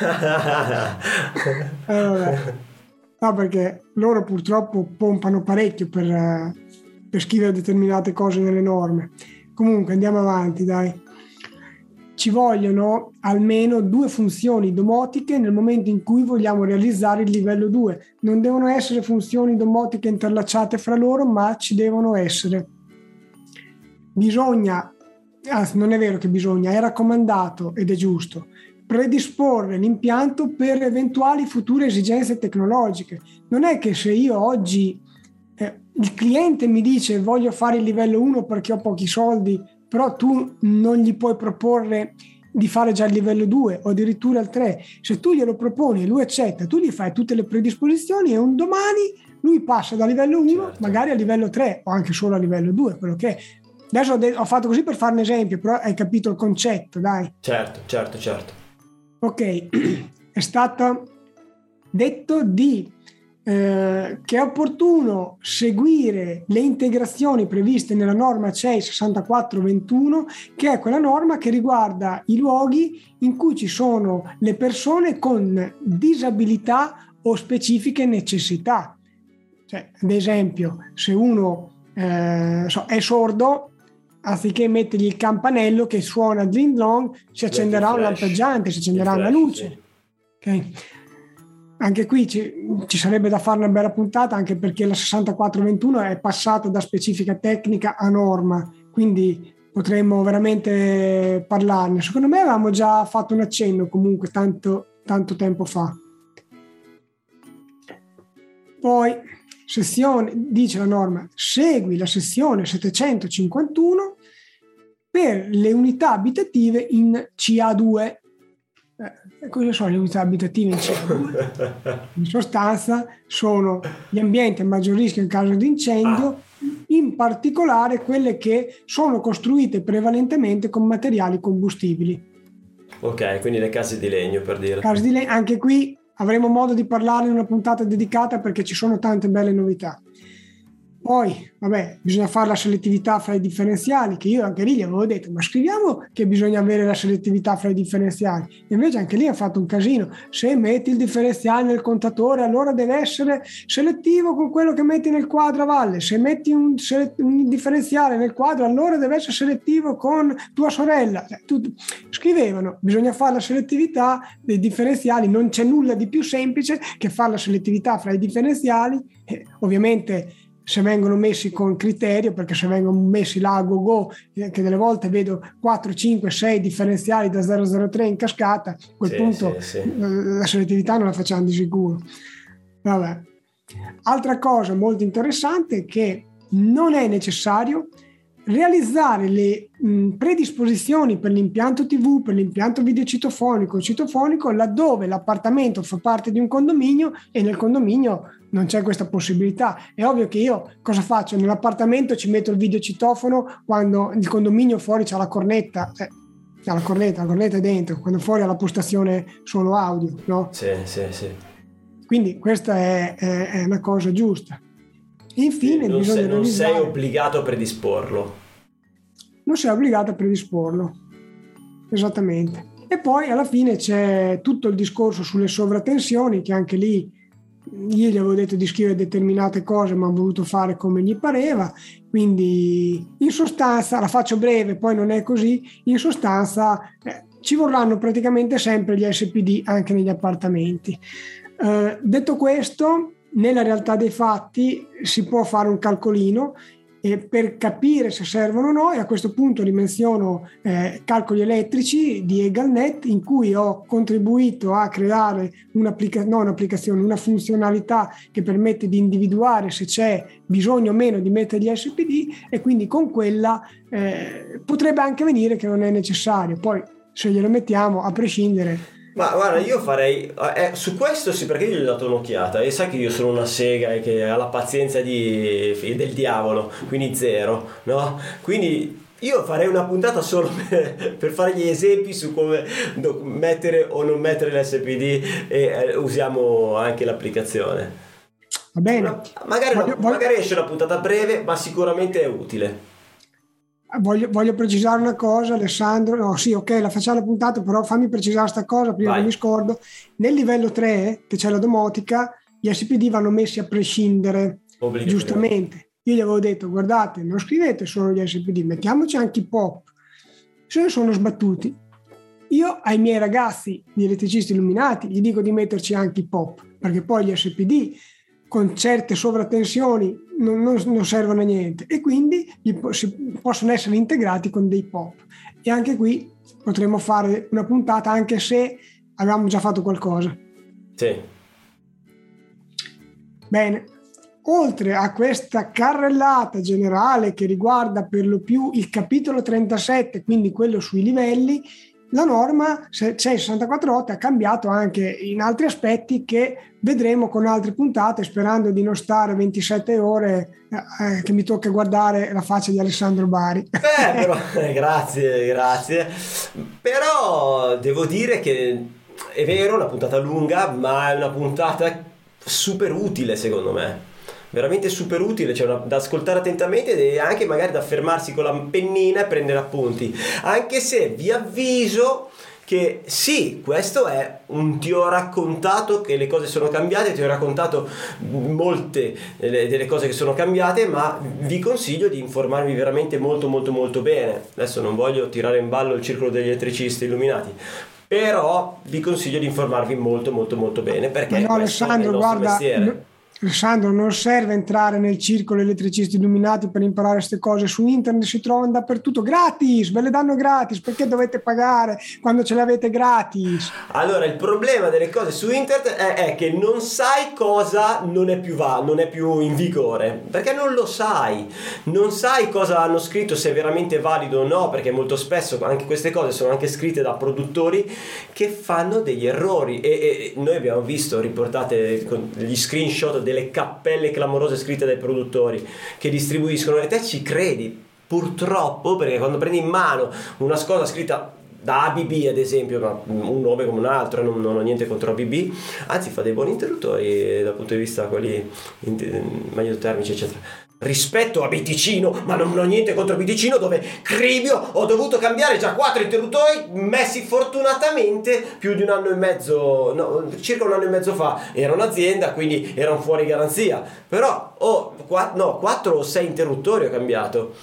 No, perché loro purtroppo pompano parecchio per scrivere determinate cose nelle norme. Comunque andiamo avanti, dai. Ci vogliono almeno 2 funzioni domotiche nel momento in cui vogliamo realizzare il livello 2. Non devono essere funzioni domotiche interlacciate fra loro, ma ci devono essere. Non è vero che bisogna, è raccomandato ed è giusto predisporre l'impianto per eventuali future esigenze tecnologiche. Non è che se io oggi il cliente mi dice voglio fare il livello 1 perché ho pochi soldi, però tu non gli puoi proporre di fare già il livello 2 o addirittura il 3. Se tu glielo proponi e lui accetta, tu gli fai tutte le predisposizioni e un domani lui passa da livello 1 Certo. magari a livello 3 o anche solo a livello 2, quello che è. Adesso ho fatto così per fare un esempio, però hai capito il concetto, dai. Certo. Ok, è stato detto che è opportuno seguire le integrazioni previste nella norma CEI 6421, che è quella norma che riguarda i luoghi in cui ci sono le persone con disabilità o specifiche necessità. Cioè, ad esempio, se uno è sordo, anziché mettergli il campanello che suona ding dong, si accenderà un lampeggiante, si accenderà una luce. Sì. Okay. Anche qui ci sarebbe da fare una bella puntata, anche perché la 6421 è passata da specifica tecnica a norma, quindi potremmo veramente parlarne. Secondo me avevamo già fatto un accenno comunque tanto tempo fa. Poi dice la norma, segui la sezione 751 per le unità abitative in CA2. Cosa sono le unità abitative in CA2? In sostanza sono gli ambienti a maggior rischio in caso di incendio, in particolare quelle che sono costruite prevalentemente con materiali combustibili. Ok, quindi le case di legno, per dire. Case di legno, anche qui avremo modo di parlarne in una puntata dedicata perché ci sono tante belle novità. Poi, bisogna fare la selettività fra i differenziali, che io anche lì gli avevo detto, ma scriviamo che bisogna avere la selettività fra i differenziali. E invece anche lì ha fatto un casino. Se metti il differenziale nel contatore, allora deve essere selettivo con quello che metti nel quadro a valle. Se metti un differenziale nel quadro, allora deve essere selettivo con tua sorella. Scrivevano, bisogna fare la selettività dei differenziali, non c'è nulla di più semplice che fare la selettività fra i differenziali. Ovviamente se vengono messi con criterio, perché se vengono messi là a go, che delle volte vedo 4, 5, 6 differenziali da 003 in cascata, a quel punto la selettività non la facciamo di sicuro. Vabbè. Altra cosa molto interessante è che non è necessario realizzare le predisposizioni per l'impianto TV, per l'impianto videocitofonico o citofonico laddove l'appartamento fa parte di un condominio e nel condominio non c'è questa possibilità. È ovvio che io cosa faccio? Nell'appartamento ci metto il videocitofono quando il condominio fuori c'ha la cornetta. La cornetta è dentro, quando fuori ha la postazione solo audio, no? Sì. Quindi questa è una cosa giusta. Infine, non sei obbligato a predisporlo. Non sei obbligato a predisporlo, esattamente. E poi alla fine c'è tutto il discorso sulle sovratensioni, che anche lì io gli avevo detto di scrivere determinate cose, ma ho voluto fare come gli pareva. Quindi in sostanza, la faccio breve, poi non è così, in sostanza ci vorranno praticamente sempre gli SPD anche negli appartamenti. Detto questo, nella realtà dei fatti si può fare un calcolino per capire se servono o no, e a questo punto rimenziono calcoli elettrici di Egalnet, in cui ho contribuito a creare una funzionalità che permette di individuare se c'è bisogno o meno di mettere gli SPD, e quindi con quella potrebbe anche venire che non è necessario. Poi se glielo mettiamo, a prescindere. Ma guarda, io farei su questo sì, perché io gli ho dato un'occhiata e sai che io sono una sega e che ha la pazienza del diavolo, quindi zero, no? Quindi io farei una puntata solo per fare gli esempi su come mettere o non mettere l'SPD e usiamo anche l'applicazione. Va bene. Magari esce una puntata breve, ma sicuramente è utile. Voglio precisare una cosa, Alessandro. No, sì, ok, la facciamo la puntata, però fammi precisare sta cosa prima che mi scordo. Nel livello 3, che c'è la domotica, gli SPD vanno messi a prescindere, giustamente. Io gli avevo detto, guardate, non scrivete solo gli SPD, mettiamoci anche i POP. Se ne sono sbattuti. Io ai miei ragazzi, gli elettricisti illuminati, gli dico di metterci anche i POP, perché poi gli SPD con certe sovratensioni non servono a niente, e quindi possono essere integrati con dei POP. E anche qui potremmo fare una puntata, anche se avevamo già fatto qualcosa. Sì. Bene, oltre a questa carrellata generale che riguarda per lo più il capitolo 37, quindi quello sui livelli, la norma, se c'è il 64.8, ha cambiato anche in altri aspetti che vedremo con altre puntate, sperando di non stare 27 ore che mi tocca guardare la faccia di Alessandro Bari. Però, grazie. Però devo dire che è vero, una puntata lunga, ma è una puntata super utile secondo me. Veramente super utile, cioè da ascoltare attentamente e anche magari da fermarsi con la pennina e prendere appunti, anche se vi avviso che sì, questo è ti ho raccontato che le cose sono cambiate, ti ho raccontato molte delle cose che sono cambiate, ma vi consiglio di informarvi veramente molto molto molto bene. Adesso non voglio tirare in ballo il circolo degli elettricisti illuminati, però vi consiglio di informarvi molto molto molto bene, perché no, Alessandro, guarda, mestiere. Alessandro, non serve entrare nel circolo elettricisti illuminati per imparare queste cose. Su internet si trovano dappertutto gratis, ve le danno gratis, perché dovete pagare quando ce le avete gratis? Allora, il problema delle cose su internet è che non sai cosa non è più in vigore, perché non lo sai, non sai cosa hanno scritto, se è veramente valido o no, perché molto spesso anche queste cose sono anche scritte da produttori che fanno degli errori e noi abbiamo visto riportate con gli screenshot delle cappelle clamorose scritte dai produttori che distribuiscono, e te ci credi purtroppo, perché quando prendi in mano una cosa scritta da ABB ad esempio, ma un nome come un altro, non ho niente contro ABB, anzi fa dei buoni interruttori dal punto di vista quelli magnetotermici eccetera, rispetto a Biticino, ma non ho niente contro Biticino, dove Cribio ho dovuto cambiare già 4 interruttori messi fortunatamente più di un anno e mezzo, no, circa un anno e mezzo fa. Era un'azienda, quindi erano fuori garanzia, però 4 o 6 interruttori ho cambiato.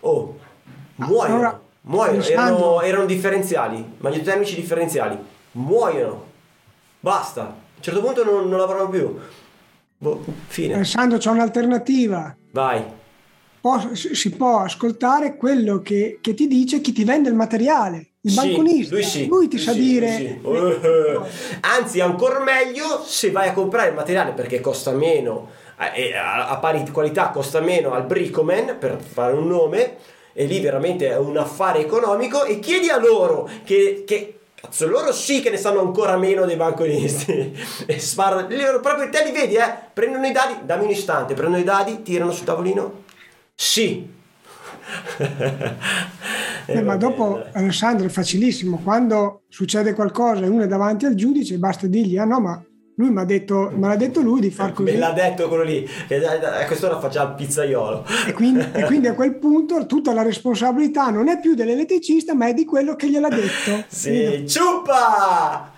Muoiono, erano differenziali, magnetotermici differenziali, muoiono, basta, a un certo punto non lavorano più. Fine. Alessandro, c'è un'alternativa. Vai. Si può ascoltare quello che ti dice chi ti vende il materiale, il banconista. Lui ti sa dire. Anzi, ancora meglio se vai a comprare il materiale, perché costa meno, a pari qualità costa meno al Bricoman, per fare un nome, e lì veramente è un affare economico, e chiedi a loro che cazzo, loro sì che ne sanno ancora meno dei banconisti e sparano proprio, te li vedi, prendono i dadi, dammi un istante, prendono i dadi, tirano sul tavolino, sì. Ma dopo, Alessandro, è facilissimo, quando succede qualcosa e uno è davanti al giudice basta dirgli no, ma lui me l'ha detto lui di far così, me l'ha detto quello lì, a quest'ora facciamo il pizzaiolo, e quindi a quel punto tutta la responsabilità non è più dell'elettricista ma è di quello che gliel'ha detto. Sì, ciuppa!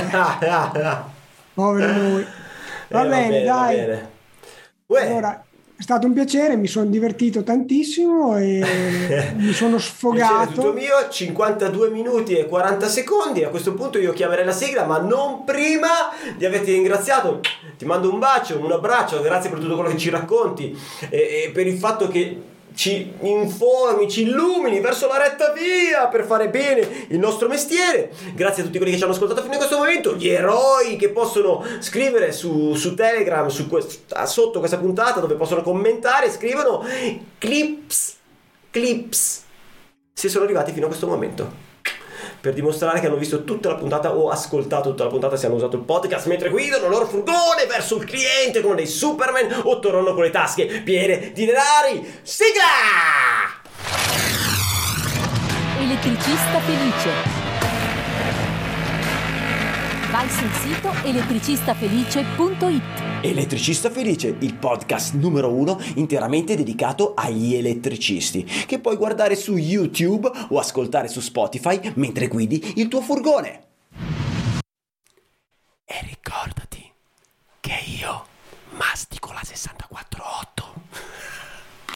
Povero noi. Va bene, dai. Va bene. Allora, è stato un piacere, mi sono divertito tantissimo e mi sono sfogato. Tutto mio, 52 minuti e 40 secondi. A questo punto io chiamerei la sigla, ma non prima di averti ringraziato. Ti mando un bacio, un abbraccio, grazie per tutto quello che ci racconti e per il fatto che ci informi, ci illumini verso la retta via per fare bene il nostro mestiere. Grazie a tutti quelli che ci hanno ascoltato fino a questo momento, gli eroi che possono scrivere su Telegram sotto questa puntata, dove possono commentare, scrivono clips se sono arrivati fino a questo momento, per dimostrare che hanno visto tutta la puntata o ascoltato tutta la puntata, se hanno usato il podcast mentre guidano il loro furgone verso il cliente come dei Superman o tornano con le tasche piene di denari. Sigla! Elettricista felice. Vai sul sito elettricistafelice.it. Elettricista Felice, il podcast numero 1 interamente dedicato agli elettricisti, che puoi guardare su YouTube o ascoltare su Spotify mentre guidi il tuo furgone. E ricordati che io mastico la 64.